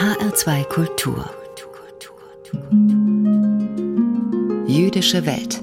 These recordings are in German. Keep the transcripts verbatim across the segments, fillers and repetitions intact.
H R zwei Kultur. Jüdische Welt.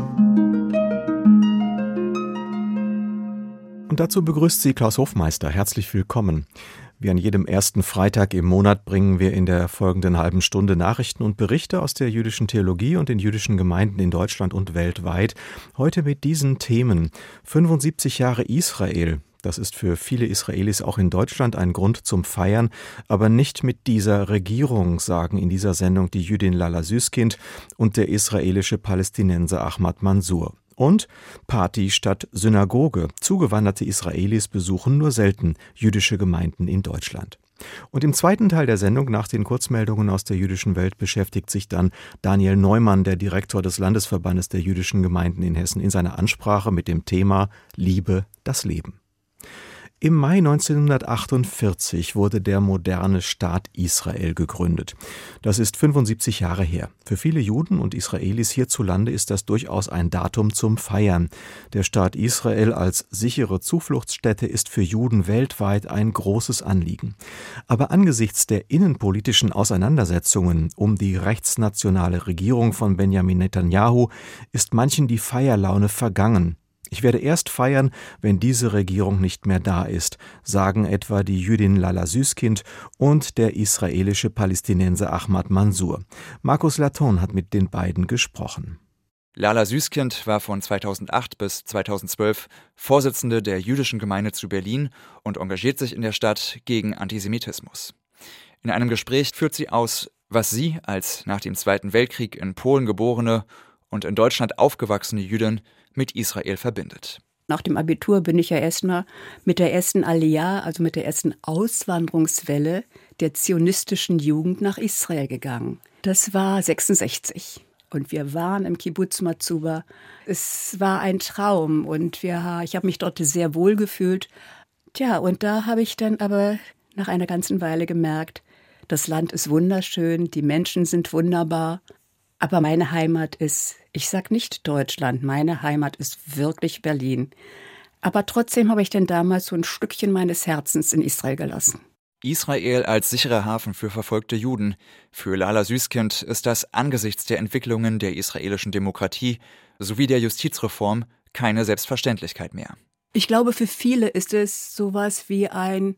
Und dazu begrüßt sie Klaus Hofmeister. Herzlich willkommen. Wie an jedem ersten Freitag im Monat bringen wir in der folgenden halben Stunde Nachrichten und Berichte aus der jüdischen Theologie und den jüdischen Gemeinden in Deutschland und weltweit. Heute mit diesen Themen: fünfundsiebzig Jahre Israel. Das ist für viele Israelis auch in Deutschland ein Grund zum Feiern, aber nicht mit dieser Regierung, sagen in dieser Sendung die Jüdin Lala Süskind und der israelische Palästinenser Ahmad Mansour. Und Party statt Synagoge. Zugewanderte Israelis besuchen nur selten jüdische Gemeinden in Deutschland. Und im zweiten Teil der Sendung, nach den Kurzmeldungen aus der jüdischen Welt, beschäftigt sich dann Daniel Neumann, der Direktor des Landesverbandes der jüdischen Gemeinden in Hessen, in seiner Ansprache mit dem Thema Liebe, das Leben. Im Mai neunzehnhundertachtundvierzig wurde der moderne Staat Israel gegründet. Das ist fünfundsiebzig Jahre her. Für viele Juden und Israelis hierzulande ist das durchaus ein Datum zum Feiern. Der Staat Israel als sichere Zufluchtsstätte ist für Juden weltweit ein großes Anliegen. Aber angesichts der innenpolitischen Auseinandersetzungen um die rechtsnationale Regierung von Benjamin Netanyahu ist manchen die Feierlaune vergangen. Ich werde erst feiern, wenn diese Regierung nicht mehr da ist, sagen etwa die Jüdin Lala Süskind und der israelische Palästinenser Ahmad Mansour. Markus Laton hat mit den beiden gesprochen. Lala Süskind war von zweitausendacht bis zweitausendzwölf Vorsitzende der jüdischen Gemeinde zu Berlin und engagiert sich in der Stadt gegen Antisemitismus. In einem Gespräch führt sie aus, was sie als nach dem Zweiten Weltkrieg in Polen geborene und in Deutschland aufgewachsene Jüdin mit Israel verbindet. Nach dem Abitur bin ich ja erstmal mit der ersten Aliyah, also mit der ersten Auswanderungswelle der zionistischen Jugend nach Israel gegangen. Das war sechsundsechzig und wir waren im Kibbutz Matsuba. Es war ein Traum und wir, ich habe mich dort sehr wohl gefühlt. Tja, und da habe ich dann aber nach einer ganzen Weile gemerkt, das Land ist wunderschön, die Menschen sind wunderbar. Aber meine Heimat ist, ich sag nicht Deutschland, meine Heimat ist wirklich Berlin. Aber trotzdem habe ich denn damals so ein Stückchen meines Herzens in Israel gelassen. Israel als sicherer Hafen für verfolgte Juden. Für Lala Süskind ist das angesichts der Entwicklungen der israelischen Demokratie sowie der Justizreform keine Selbstverständlichkeit mehr. Ich glaube, für viele ist es sowas wie ein,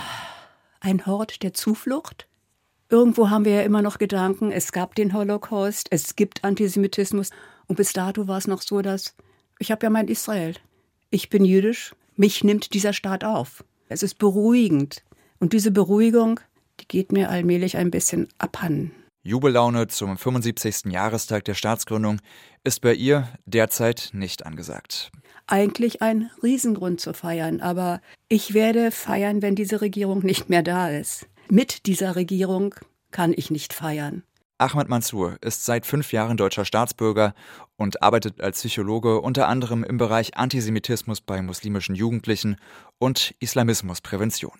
ein Hort der Zuflucht. Irgendwo haben wir ja immer noch Gedanken, es gab den Holocaust, es gibt Antisemitismus. Und bis dato war es noch so, dass ich habe ja mein Israel. Ich bin jüdisch, mich nimmt dieser Staat auf. Es ist beruhigend. Und diese Beruhigung, die geht mir allmählich ein bisschen abhanden. Jubellaune zum fünfundsiebzigsten Jahrestag der Staatsgründung ist bei ihr derzeit nicht angesagt. Eigentlich ein Riesengrund zu feiern, aber ich werde feiern, wenn diese Regierung nicht mehr da ist. Mit dieser Regierung kann ich nicht feiern. Ahmad Mansour ist seit fünf Jahren deutscher Staatsbürger und arbeitet als Psychologe unter anderem im Bereich Antisemitismus bei muslimischen Jugendlichen und Islamismusprävention.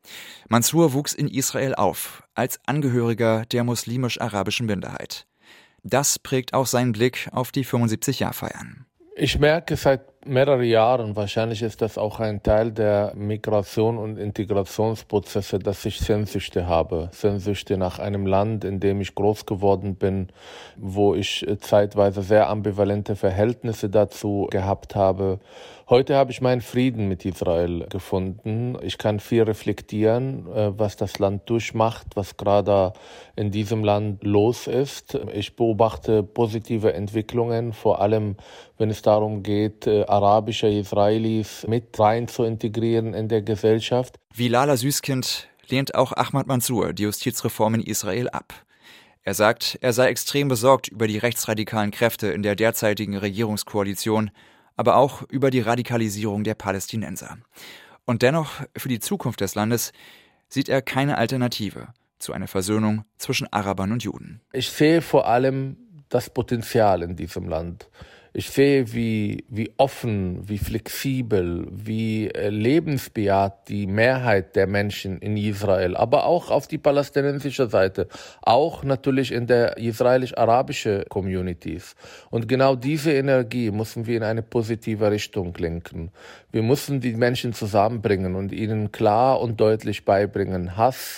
Mansour wuchs in Israel auf, als Angehöriger der muslimisch-arabischen Minderheit. Das prägt auch seinen Blick auf die fünfundsiebzig-Jahr-Feiern. Ich merke seit mehreren Jahren, wahrscheinlich ist das auch ein Teil der Migration- und Integrationsprozesse, dass ich Sehnsüchte habe. Sehnsüchte nach einem Land, in dem ich groß geworden bin, wo ich zeitweise sehr ambivalente Verhältnisse dazu gehabt habe. Heute habe ich meinen Frieden mit Israel gefunden. Ich kann viel reflektieren, was das Land durchmacht, was gerade in diesem Land los ist. Ich beobachte positive Entwicklungen, vor allem wenn es darum geht, arabische Israelis mit rein zu integrieren in der Gesellschaft. Wie Lala Süskind lehnt auch Ahmad Mansour die Justizreform in Israel ab. Er sagt, er sei extrem besorgt über die rechtsradikalen Kräfte in der derzeitigen Regierungskoalition, aber auch über die Radikalisierung der Palästinenser. Und dennoch, für die Zukunft des Landes sieht er keine Alternative zu einer Versöhnung zwischen Arabern und Juden. Ich sehe vor allem das Potenzial in diesem Land. Ich sehe, wie, wie offen, wie flexibel, wie lebensbejahend die Mehrheit der Menschen in Israel, aber auch auf die palästinensische Seite, auch natürlich in der israelisch-arabischen Communities. Und genau diese Energie müssen wir in eine positive Richtung lenken. Wir müssen die Menschen zusammenbringen und ihnen klar und deutlich beibringen, Hass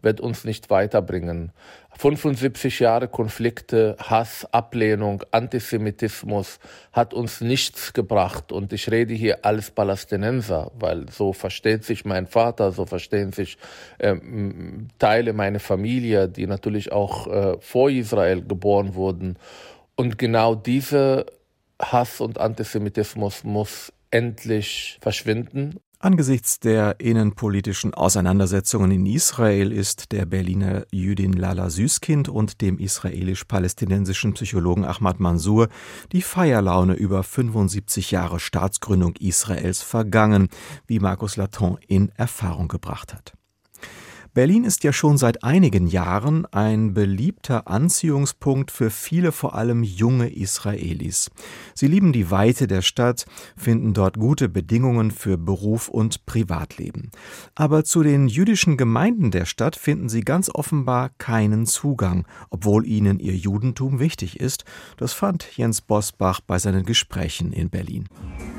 wird uns nicht weiterbringen. fünfundsiebzig Jahre Konflikte, Hass, Ablehnung, Antisemitismus hat uns nichts gebracht. Und ich rede hier als Palästinenser, weil so versteht sich mein Vater, so verstehen sich ähm, Teile meiner Familie, die natürlich auch äh, vor Israel geboren wurden. Und genau dieser Hass und Antisemitismus muss endlich verschwinden. Angesichts der innenpolitischen Auseinandersetzungen in Israel ist der Berliner Jüdin Lala Süskind und dem israelisch-palästinensischen Psychologen Ahmad Mansour die Feierlaune über fünfundsiebzig Jahre Staatsgründung Israels vergangen, wie Markus Laton in Erfahrung gebracht hat. Berlin ist ja schon seit einigen Jahren ein beliebter Anziehungspunkt für viele, vor allem junge Israelis. Sie lieben die Weite der Stadt, finden dort gute Bedingungen für Beruf und Privatleben. Aber zu den jüdischen Gemeinden der Stadt finden sie ganz offenbar keinen Zugang, obwohl ihnen ihr Judentum wichtig ist. Das fand Jens Bosbach bei seinen Gesprächen in Berlin.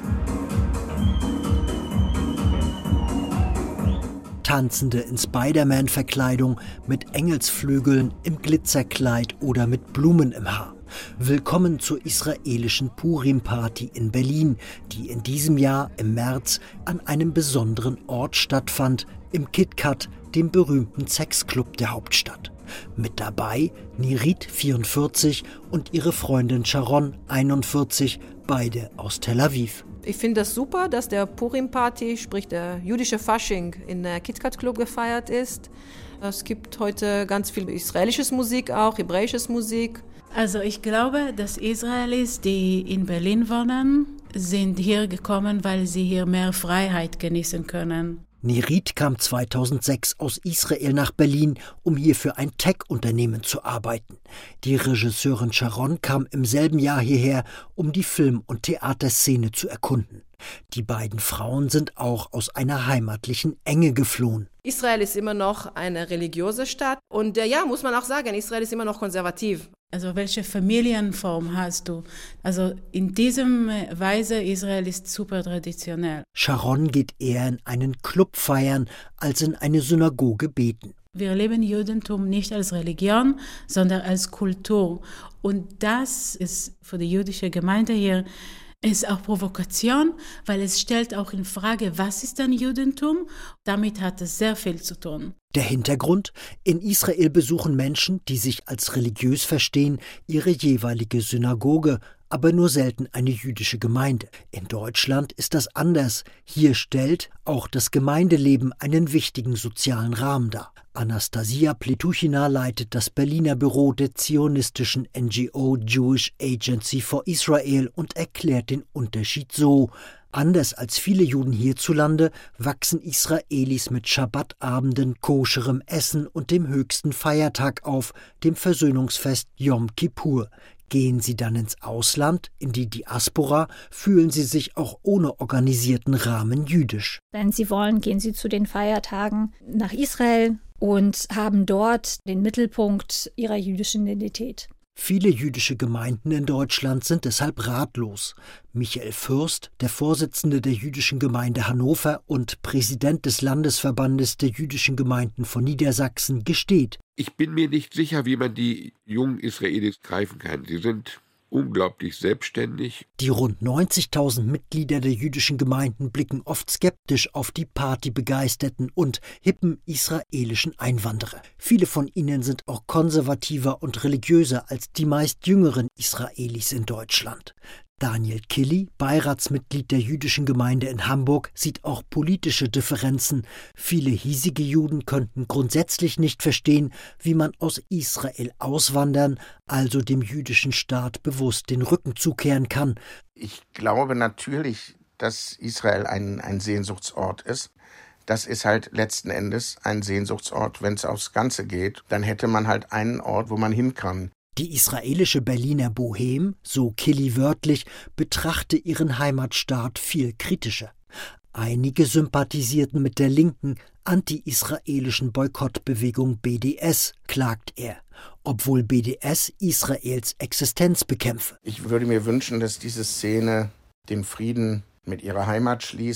Tanzende in Spider-Man-Verkleidung, mit Engelsflügeln, im Glitzerkleid oder mit Blumen im Haar. Willkommen zur israelischen Purim-Party in Berlin, die in diesem Jahr im März an einem besonderen Ort stattfand, im KitKat, dem berühmten Sexclub der Hauptstadt. Mit dabei Nirit, vierundvierzig, und ihre Freundin Sharon, einundvierzig, beide aus Tel Aviv. Ich finde das super, dass der Purim-Party, sprich der jüdische Fasching, in der KitKat-Club gefeiert ist. Es gibt heute ganz viel israelisches Musik auch, hebräisches Musik. Also ich glaube, dass Israelis, die in Berlin wohnen, sind hier gekommen, weil sie hier mehr Freiheit genießen können. Nirit kam zweitausendsechs aus Israel nach Berlin, um hier für ein Tech-Unternehmen zu arbeiten. Die Regisseurin Sharon kam im selben Jahr hierher, um die Film- und Theaterszene zu erkunden. Die beiden Frauen sind auch aus einer heimatlichen Enge geflohen. Israel ist immer noch eine religiöse Stadt und äh, ja, muss man auch sagen, Israel ist immer noch konservativ. Also welche Familienform hast du? Also in diesem Weise, Israel ist super traditionell. Sharon geht eher in einen Club feiern, als in eine Synagoge beten. Wir leben Judentum nicht als Religion, sondern als Kultur. Und das ist für die jüdische Gemeinde hier ist auch Provokation, weil es stellt auch in Frage, was ist ein Judentum? Damit hat es sehr viel zu tun. Der Hintergrund? In Israel besuchen Menschen, die sich als religiös verstehen, ihre jeweilige Synagoge, aber nur selten eine jüdische Gemeinde. In Deutschland ist das anders. Hier stellt auch das Gemeindeleben einen wichtigen sozialen Rahmen dar. Anastasia Pletuchina leitet das Berliner Büro der zionistischen N G O Jewish Agency for Israel und erklärt den Unterschied so: Anders als viele Juden hierzulande wachsen Israelis mit Schabbatabenden, koscherem Essen und dem höchsten Feiertag auf, dem Versöhnungsfest Yom Kippur. Gehen sie dann ins Ausland, in die Diaspora, fühlen sie sich auch ohne organisierten Rahmen jüdisch. Wenn sie wollen, gehen sie zu den Feiertagen nach Israel und haben dort den Mittelpunkt ihrer jüdischen Identität. Viele jüdische Gemeinden in Deutschland sind deshalb ratlos. Michael Fürst, der Vorsitzende der jüdischen Gemeinde Hannover und Präsident des Landesverbandes der jüdischen Gemeinden von Niedersachsen, gesteht: Ich bin mir nicht sicher, wie man die jungen Israelis greifen kann. Sie sind unglaublich selbstständig. Die rund neunzigtausend Mitglieder der jüdischen Gemeinden blicken oft skeptisch auf die partybegeisterten und hippen israelischen Einwanderer. Viele von ihnen sind auch konservativer und religiöser als die meist jüngeren Israelis in Deutschland. Daniel Killy, Beiratsmitglied der jüdischen Gemeinde in Hamburg, sieht auch politische Differenzen. Viele hiesige Juden könnten grundsätzlich nicht verstehen, wie man aus Israel auswandern, also dem jüdischen Staat bewusst den Rücken zukehren kann. Ich glaube natürlich, dass Israel ein, ein Sehnsuchtsort ist. Das ist halt letzten Endes ein Sehnsuchtsort, wenn es aufs Ganze geht. Dann hätte man halt einen Ort, wo man hin kann. Die israelische Berliner Bohème, so Killy wörtlich, betrachte ihren Heimatstaat viel kritischer. Einige sympathisierten mit der linken, anti-israelischen Boykottbewegung B D S, klagt er, obwohl B D S Israels Existenz bekämpfe. Ich würde mir wünschen, dass diese Szene den Frieden mit ihrer Heimat schließt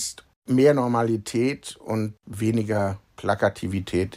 mehr Normalität und weniger Plakativität.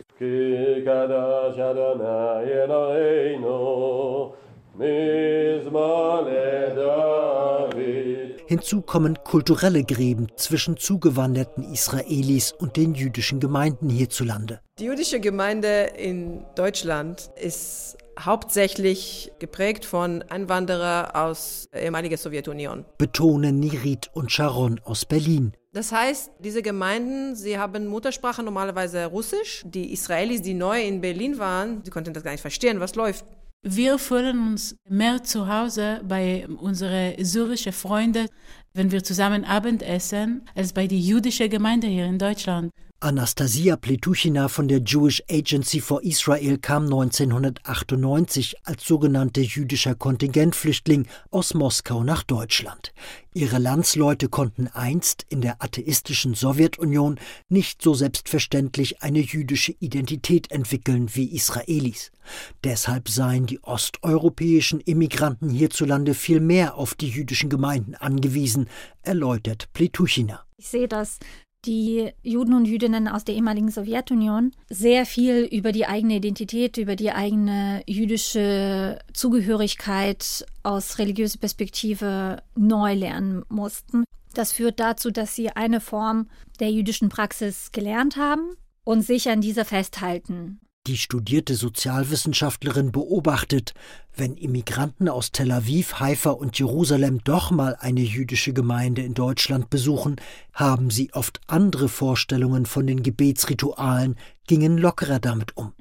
Hinzu kommen kulturelle Gräben zwischen zugewanderten Israelis und den jüdischen Gemeinden hierzulande. Die jüdische Gemeinde in Deutschland ist hauptsächlich geprägt von Einwanderern aus der ehemaligen Sowjetunion. Betonen Nirit und Sharon aus Berlin. Das heißt, diese Gemeinden, sie haben Muttersprache normalerweise Russisch. Die Israelis, die neu in Berlin waren, die konnten das gar nicht verstehen, was läuft. Wir fühlen uns mehr zu Hause bei unseren syrischen Freunden, wenn wir zusammen Abendessen, als bei der jüdischen Gemeinde hier in Deutschland. Anastasia Pletuchina von der Jewish Agency for Israel kam neunzehnhundertachtundneunzig als sogenannter jüdischer Kontingentflüchtling aus Moskau nach Deutschland. Ihre Landsleute konnten einst in der atheistischen Sowjetunion nicht so selbstverständlich eine jüdische Identität entwickeln wie Israelis. Deshalb seien die osteuropäischen Immigranten hierzulande viel mehr auf die jüdischen Gemeinden angewiesen, erläutert Pletuchina. Ich sehe das die Juden und Jüdinnen aus der ehemaligen Sowjetunion sehr viel über die eigene Identität, über die eigene jüdische Zugehörigkeit aus religiöser Perspektive neu lernen mussten. Das führt dazu, dass sie eine Form der jüdischen Praxis gelernt haben und sich an dieser festhalten. Die studierte Sozialwissenschaftlerin beobachtet, wenn Immigranten aus Tel Aviv, Haifa und Jerusalem doch mal eine jüdische Gemeinde in Deutschland besuchen, haben sie oft andere Vorstellungen von den Gebetsritualen, gingen lockerer damit um.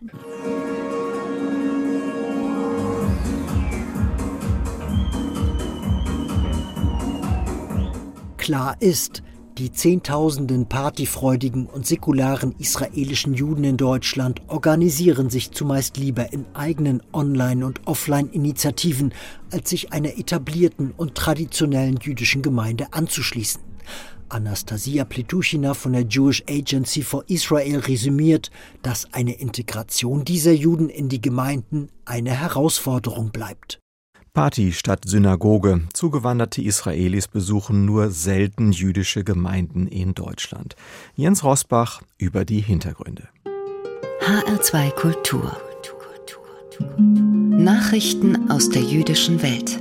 Klar ist, die Zehntausenden partyfreudigen und säkularen israelischen Juden in Deutschland organisieren sich zumeist lieber in eigenen Online- und Offline-Initiativen, als sich einer etablierten und traditionellen jüdischen Gemeinde anzuschließen. Anastasia Pletuchina von der Jewish Agency for Israel resümiert, dass eine Integration dieser Juden in die Gemeinden eine Herausforderung bleibt. Party statt Synagoge. Zugewanderte Israelis besuchen nur selten jüdische Gemeinden in Deutschland. Jens Rosbach über die Hintergründe. H R zwei Kultur. Nachrichten aus der jüdischen Welt.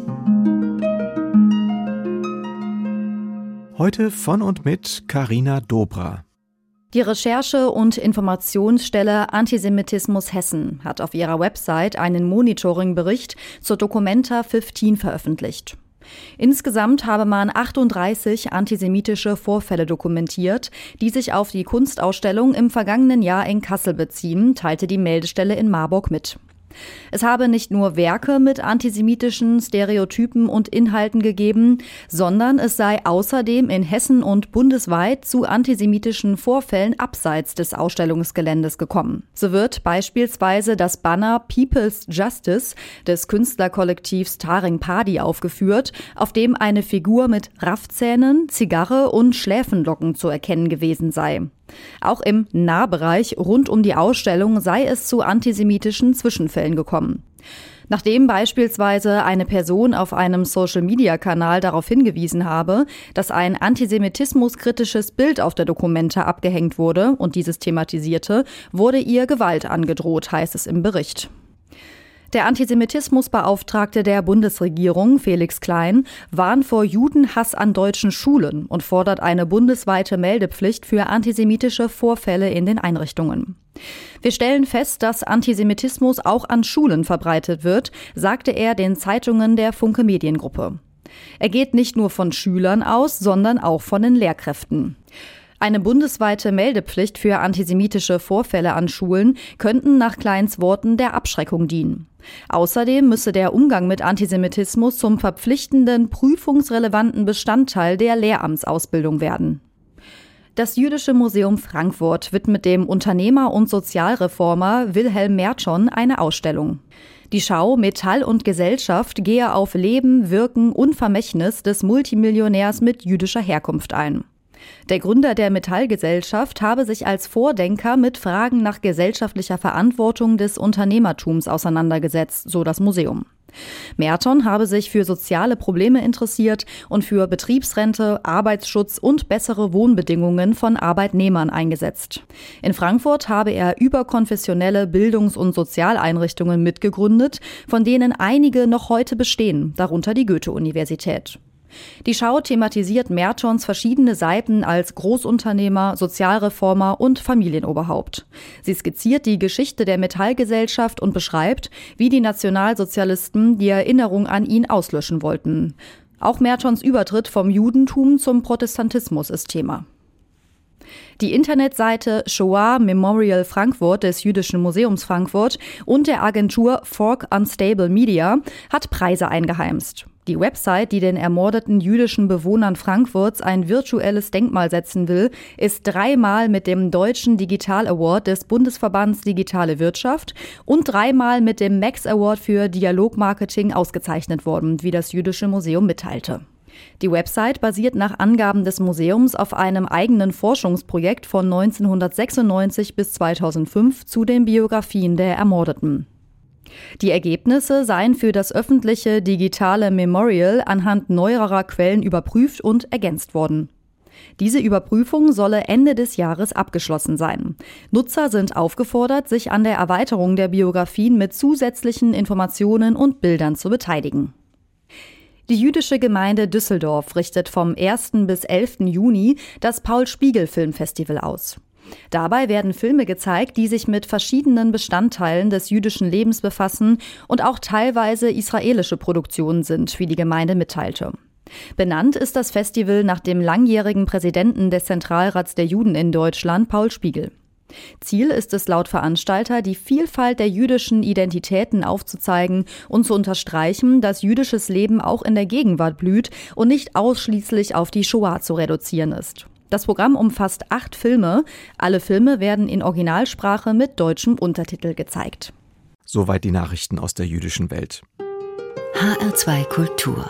Heute von und mit Carina Dobra. Die Recherche- und Informationsstelle Antisemitismus Hessen hat auf ihrer Website einen Monitoring-Bericht zur Documenta fünfzehn veröffentlicht. Insgesamt habe man achtunddreißig antisemitische Vorfälle dokumentiert, die sich auf die Kunstausstellung im vergangenen Jahr in Kassel beziehen, teilte die Meldestelle in Marburg mit. Es habe nicht nur Werke mit antisemitischen Stereotypen und Inhalten gegeben, sondern es sei außerdem in Hessen und bundesweit zu antisemitischen Vorfällen abseits des Ausstellungsgeländes gekommen. So wird beispielsweise das Banner People's Justice des Künstlerkollektivs Taring Padi aufgeführt, auf dem eine Figur mit Raffzähnen, Zigarre und Schläfenlocken zu erkennen gewesen sei. Auch im Nahbereich rund um die Ausstellung sei es zu antisemitischen Zwischenfällen gekommen. Nachdem beispielsweise eine Person auf einem Social-Media-Kanal darauf hingewiesen habe, dass ein antisemitismuskritisches Bild auf der Documenta abgehängt wurde und dieses thematisierte, wurde ihr Gewalt angedroht, heißt es im Bericht. Der Antisemitismusbeauftragte der Bundesregierung, Felix Klein, warnt vor Judenhass an deutschen Schulen und fordert eine bundesweite Meldepflicht für antisemitische Vorfälle in den Einrichtungen. Wir stellen fest, dass Antisemitismus auch an Schulen verbreitet wird, sagte er den Zeitungen der Funke Mediengruppe. Er geht nicht nur von Schülern aus, sondern auch von den Lehrkräften. Eine bundesweite Meldepflicht für antisemitische Vorfälle an Schulen könnten nach Kleins Worten der Abschreckung dienen. Außerdem müsse der Umgang mit Antisemitismus zum verpflichtenden, prüfungsrelevanten Bestandteil der Lehramtsausbildung werden. Das Jüdische Museum Frankfurt widmet dem Unternehmer und Sozialreformer Wilhelm Merton eine Ausstellung. Die Schau Metall und Gesellschaft gehe auf Leben, Wirken und Vermächtnis des Multimillionärs mit jüdischer Herkunft ein. Der Gründer der Metallgesellschaft habe sich als Vordenker mit Fragen nach gesellschaftlicher Verantwortung des Unternehmertums auseinandergesetzt, so das Museum. Merton habe sich für soziale Probleme interessiert und für Betriebsrente, Arbeitsschutz und bessere Wohnbedingungen von Arbeitnehmern eingesetzt. In Frankfurt habe er überkonfessionelle Bildungs- und Sozialeinrichtungen mitgegründet, von denen einige noch heute bestehen, darunter die Goethe-Universität. Die Schau thematisiert Mertons verschiedene Seiten als Großunternehmer, Sozialreformer und Familienoberhaupt. Sie skizziert die Geschichte der Metallgesellschaft und beschreibt, wie die Nationalsozialisten die Erinnerung an ihn auslöschen wollten. Auch Mertons Übertritt vom Judentum zum Protestantismus ist Thema. Die Internetseite Shoah Memorial Frankfurt des Jüdischen Museums Frankfurt und der Agentur Fork Unstable Media hat Preise eingeheimst. Die Website, die den ermordeten jüdischen Bewohnern Frankfurts ein virtuelles Denkmal setzen will, ist dreimal mit dem Deutschen Digital Award des Bundesverbands Digitale Wirtschaft und dreimal mit dem Max Award für Dialogmarketing ausgezeichnet worden, wie das Jüdische Museum mitteilte. Die Website basiert nach Angaben des Museums auf einem eigenen Forschungsprojekt von neunzehnhundertsechsundneunzig bis zweitausendfünf zu den Biografien der Ermordeten. Die Ergebnisse seien für das öffentliche digitale Memorial anhand neuerer Quellen überprüft und ergänzt worden. Diese Überprüfung solle Ende des Jahres abgeschlossen sein. Nutzer sind aufgefordert, sich an der Erweiterung der Biografien mit zusätzlichen Informationen und Bildern zu beteiligen. Die jüdische Gemeinde Düsseldorf richtet vom ersten bis elften Juni das Paul-Spiegel-Filmfestival aus. Dabei werden Filme gezeigt, die sich mit verschiedenen Bestandteilen des jüdischen Lebens befassen und auch teilweise israelische Produktionen sind, wie die Gemeinde mitteilte. Benannt ist das Festival nach dem langjährigen Präsidenten des Zentralrats der Juden in Deutschland, Paul Spiegel. Ziel ist es laut Veranstalter, die Vielfalt der jüdischen Identitäten aufzuzeigen und zu unterstreichen, dass jüdisches Leben auch in der Gegenwart blüht und nicht ausschließlich auf die Shoah zu reduzieren ist. Das Programm umfasst acht Filme. Alle Filme werden in Originalsprache mit deutschem Untertitel gezeigt. Soweit die Nachrichten aus der jüdischen Welt. H R zwei Kultur.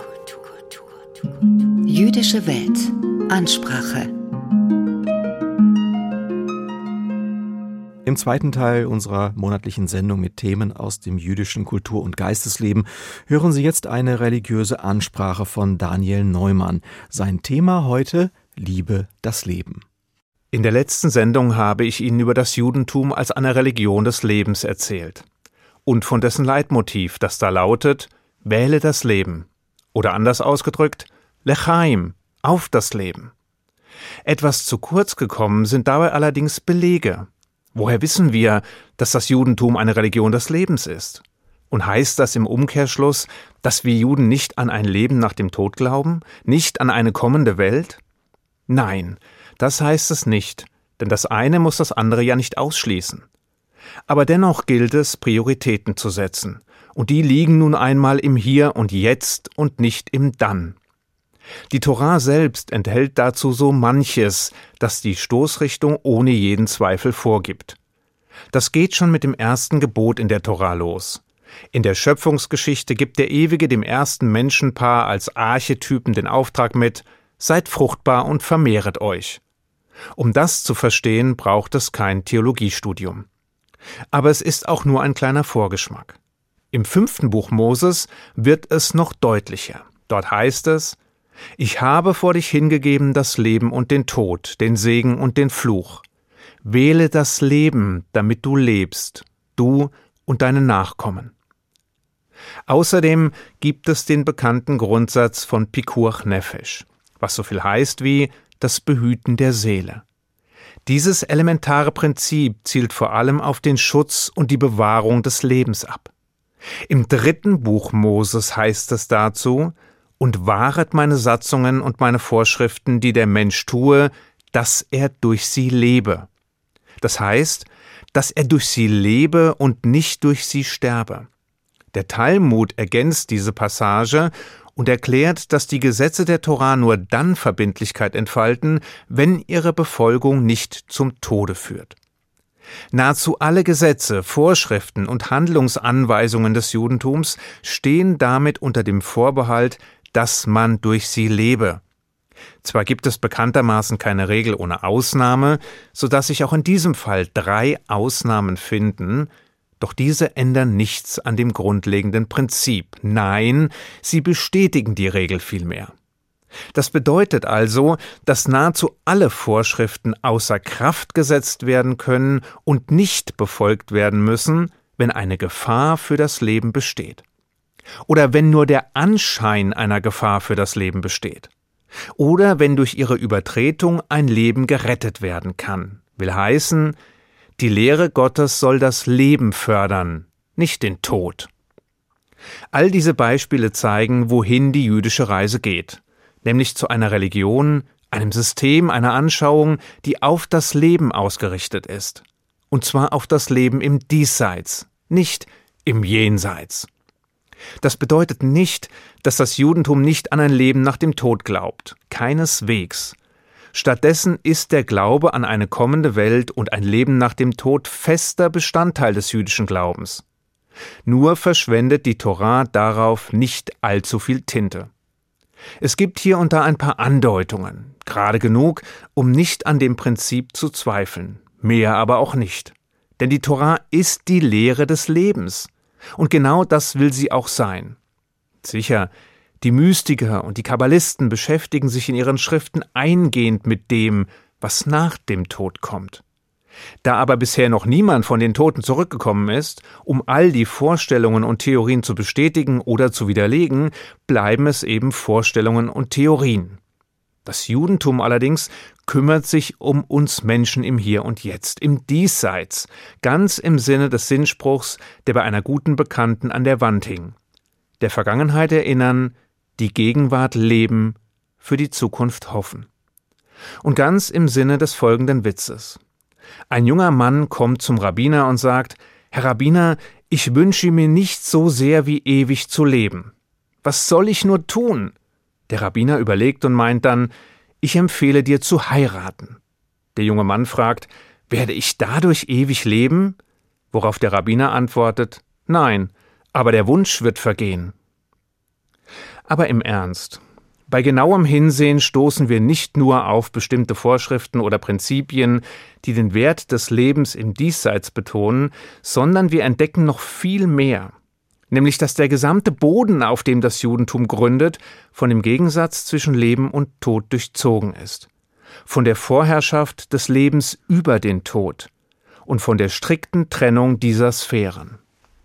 Jüdische Welt. Ansprache. Im zweiten Teil unserer monatlichen Sendung mit Themen aus dem jüdischen Kultur- und Geistesleben hören Sie jetzt eine religiöse Ansprache von Daniel Neumann. Sein Thema heute: Liebe das Leben. In der letzten Sendung habe ich Ihnen über das Judentum als eine Religion des Lebens erzählt und von dessen Leitmotiv, das da lautet: Wähle das Leben. Oder anders ausgedrückt: Lechaim, auf das Leben. Etwas zu kurz gekommen sind dabei allerdings Belege. Woher wissen wir, dass das Judentum eine Religion des Lebens ist? Und heißt das im Umkehrschluss, dass wir Juden nicht an ein Leben nach dem Tod glauben, nicht an eine kommende Welt? Nein, das heißt es nicht, denn das eine muss das andere ja nicht ausschließen. Aber dennoch gilt es, Prioritäten zu setzen, und die liegen nun einmal im Hier und Jetzt und nicht im Dann. Die Torah selbst enthält dazu so manches, das die Stoßrichtung ohne jeden Zweifel vorgibt. Das geht schon mit dem ersten Gebot in der Torah los. In der Schöpfungsgeschichte gibt der Ewige dem ersten Menschenpaar als Archetypen den Auftrag mit: Seid fruchtbar und vermehret euch. Um das zu verstehen, braucht es kein Theologiestudium. Aber es ist auch nur ein kleiner Vorgeschmack. Im fünften Buch Moses wird es noch deutlicher. Dort heißt es: Ich habe vor dich hingegeben das Leben und den Tod, den Segen und den Fluch. Wähle das Leben, damit du lebst, du und deine Nachkommen. Außerdem gibt es den bekannten Grundsatz von Pikuach Nefesh, was so viel heißt wie das Behüten der Seele. Dieses elementare Prinzip zielt vor allem auf den Schutz und die Bewahrung des Lebens ab. Im dritten Buch Moses heißt es dazu: Und wahret meine Satzungen und meine Vorschriften, die der Mensch tue, dass er durch sie lebe. Das heißt, dass er durch sie lebe und nicht durch sie sterbe. Der Talmud ergänzt diese Passage und erklärt, dass die Gesetze der Torah nur dann Verbindlichkeit entfalten, wenn ihre Befolgung nicht zum Tode führt. Nahezu alle Gesetze, Vorschriften und Handlungsanweisungen des Judentums stehen damit unter dem Vorbehalt, dass man durch sie lebe. Zwar gibt es bekanntermaßen keine Regel ohne Ausnahme, so dass sich auch in diesem Fall drei Ausnahmen finden, Doch diese ändern nichts an dem grundlegenden Prinzip. Nein, sie bestätigen die Regel vielmehr. Das bedeutet also, dass nahezu alle Vorschriften außer Kraft gesetzt werden können und nicht befolgt werden müssen, wenn eine Gefahr für das Leben besteht. Oder wenn nur der Anschein einer Gefahr für das Leben besteht. Oder wenn durch ihre Übertretung ein Leben gerettet werden kann. Will heißen, die Lehre Gottes soll das Leben fördern, nicht den Tod. All diese Beispiele zeigen, wohin die jüdische Reise geht. Nämlich zu einer Religion, einem System, einer Anschauung, die auf das Leben ausgerichtet ist. Und zwar auf das Leben im Diesseits, nicht im Jenseits. Das bedeutet nicht, dass das Judentum nicht an ein Leben nach dem Tod glaubt. Keineswegs. Stattdessen ist der Glaube an eine kommende Welt und ein Leben nach dem Tod fester Bestandteil des jüdischen Glaubens. Nur verschwendet die Torah darauf nicht allzu viel Tinte. Es gibt hier und da ein paar Andeutungen, gerade genug, um nicht an dem Prinzip zu zweifeln, mehr aber auch nicht. Denn die Torah ist die Lehre des Lebens. Und genau das will sie auch sein. Sicher, die Mystiker und die Kabbalisten beschäftigen sich in ihren Schriften eingehend mit dem, was nach dem Tod kommt. Da aber bisher noch niemand von den Toten zurückgekommen ist, um all die Vorstellungen und Theorien zu bestätigen oder zu widerlegen, bleiben es eben Vorstellungen und Theorien. Das Judentum allerdings kümmert sich um uns Menschen im Hier und Jetzt, im Diesseits, ganz im Sinne des Sinnspruchs, der bei einer guten Bekannten an der Wand hing. Der Vergangenheit erinnern, die Gegenwart leben, für die Zukunft hoffen. Und ganz im Sinne des folgenden Witzes. Ein junger Mann kommt zum Rabbiner und sagt: Herr Rabbiner, ich wünsche mir nicht so sehr wie ewig zu leben. Was soll ich nur tun? Der Rabbiner überlegt und meint dann: Ich empfehle dir zu heiraten. Der junge Mann fragt: Werde ich dadurch ewig leben? Worauf der Rabbiner antwortet: Nein, aber der Wunsch wird vergehen. Aber im Ernst, bei genauem Hinsehen stoßen wir nicht nur auf bestimmte Vorschriften oder Prinzipien, die den Wert des Lebens im Diesseits betonen, sondern wir entdecken noch viel mehr. Nämlich, dass der gesamte Boden, auf dem das Judentum gründet, von dem Gegensatz zwischen Leben und Tod durchzogen ist. Von der Vorherrschaft des Lebens über den Tod und von der strikten Trennung dieser Sphären.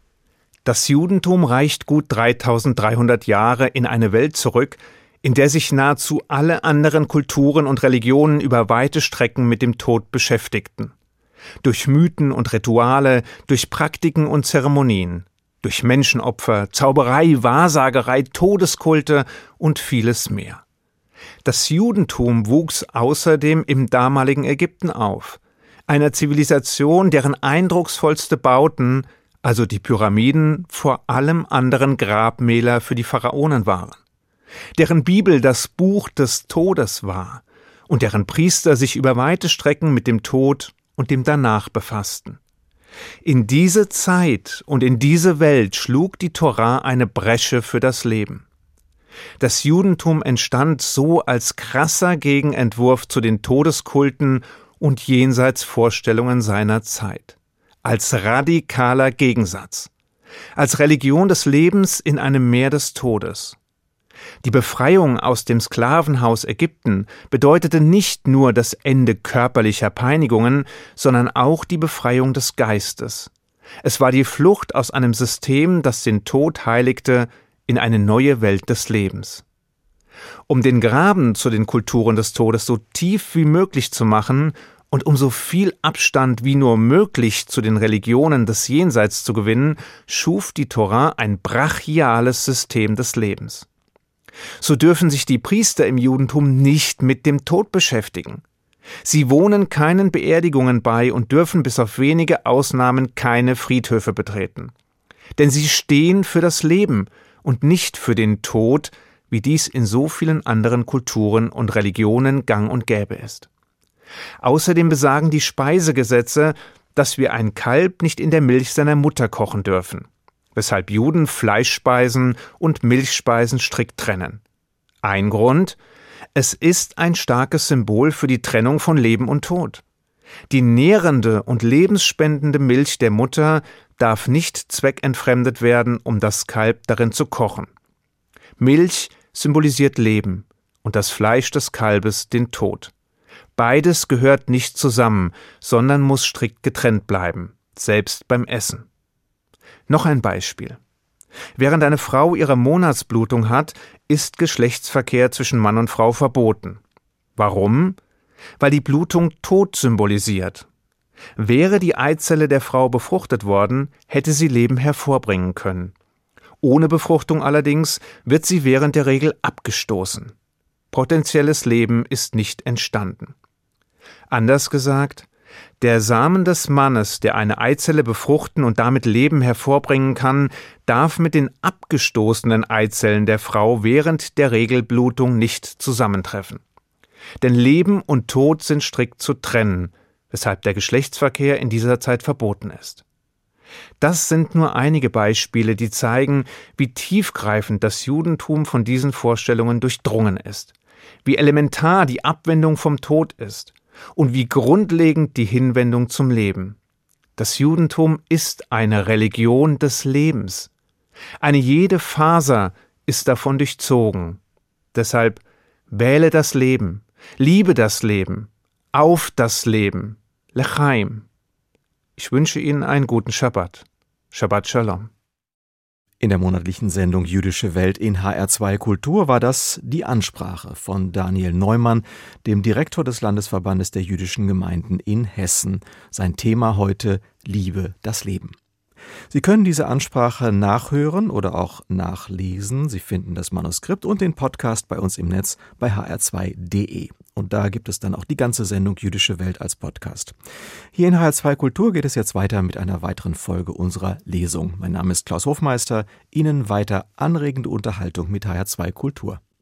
Das Judentum reicht gut dreitausenddreihundert Jahre in eine Welt zurück, in der sich nahezu alle anderen Kulturen und Religionen über weite Strecken mit dem Tod beschäftigten. Durch Mythen und Rituale, durch Praktiken und Zeremonien, durch Menschenopfer, Zauberei, Wahrsagerei, Todeskulte und vieles mehr. Das Judentum wuchs außerdem im damaligen Ägypten auf, einer Zivilisation, deren eindrucksvollste Bauten, also die Pyramiden, vor allem anderen Grabmäler für die Pharaonen waren, deren Bibel das Buch des Todes war und deren Priester sich über weite Strecken mit dem Tod und dem Danach befassten. In diese Zeit und in diese Welt schlug die Torah eine Bresche für das Leben. Das Judentum entstand so als krasser Gegenentwurf zu den Todeskulten und Jenseitsvorstellungen seiner Zeit, als radikaler Gegensatz, als Religion des Lebens in einem Meer des Todes. Die Befreiung aus dem Sklavenhaus Ägypten bedeutete nicht nur das Ende körperlicher Peinigungen, sondern auch die Befreiung des Geistes. Es war die Flucht aus einem System, das den Tod heiligte, in eine neue Welt des Lebens. Um den Graben zu den Kulturen des Todes so tief wie möglich zu machen und um so viel Abstand wie nur möglich zu den Religionen des Jenseits zu gewinnen, schuf die Torah ein brachiales System des Lebens. So dürfen sich die Priester im Judentum nicht mit dem Tod beschäftigen. Sie wohnen keinen Beerdigungen bei und dürfen bis auf wenige Ausnahmen keine Friedhöfe betreten. Denn sie stehen für das Leben und nicht für den Tod, wie dies in so vielen anderen Kulturen und Religionen gang und gäbe ist. Außerdem besagen die Speisegesetze, dass wir ein Kalb nicht in der Milch seiner Mutter kochen dürfen, weshalb Juden Fleischspeisen und Milchspeisen strikt trennen. Ein Grund: Es ist ein starkes Symbol für die Trennung von Leben und Tod. Die nährende und lebensspendende Milch der Mutter darf nicht zweckentfremdet werden, um das Kalb darin zu kochen. Milch symbolisiert Leben und das Fleisch des Kalbes den Tod. Beides gehört nicht zusammen, sondern muss strikt getrennt bleiben, selbst beim Essen. Noch ein Beispiel. Während eine Frau ihre Monatsblutung hat, ist Geschlechtsverkehr zwischen Mann und Frau verboten. Warum? Weil die Blutung Tod symbolisiert. Wäre die Eizelle der Frau befruchtet worden, hätte sie Leben hervorbringen können. Ohne Befruchtung allerdings wird sie während der Regel abgestoßen. Potenzielles Leben ist nicht entstanden. Anders gesagt, der Samen des Mannes, der eine Eizelle befruchten und damit Leben hervorbringen kann, darf mit den abgestoßenen Eizellen der Frau während der Regelblutung nicht zusammentreffen. Denn Leben und Tod sind strikt zu trennen, weshalb der Geschlechtsverkehr in dieser Zeit verboten ist. Das sind nur einige Beispiele, die zeigen, wie tiefgreifend das Judentum von diesen Vorstellungen durchdrungen ist, wie elementar die Abwendung vom Tod ist und wie grundlegend die Hinwendung zum Leben. Das Judentum ist eine Religion des Lebens. Eine jede Faser ist davon durchzogen. Deshalb wähle das Leben, liebe das Leben, auf das Leben, Lechaim. Ich wünsche Ihnen einen guten Schabbat. Shabbat Shalom. In der monatlichen Sendung Jüdische Welt in H R zwei Kultur war das die Ansprache von Daniel Neumann, dem Direktor des Landesverbandes der jüdischen Gemeinden in Hessen. Sein Thema heute: Liebe das Leben. Sie können diese Ansprache nachhören oder auch nachlesen. Sie finden das Manuskript und den Podcast bei uns im Netz bei h r zwei punkt d e. Und da gibt es dann auch die ganze Sendung Jüdische Welt als Podcast. Hier in H R zwei Kultur geht es jetzt weiter mit einer weiteren Folge unserer Lesung. Mein Name ist Klaus Hofmeister. Ihnen weiter anregende Unterhaltung mit H R zwei Kultur.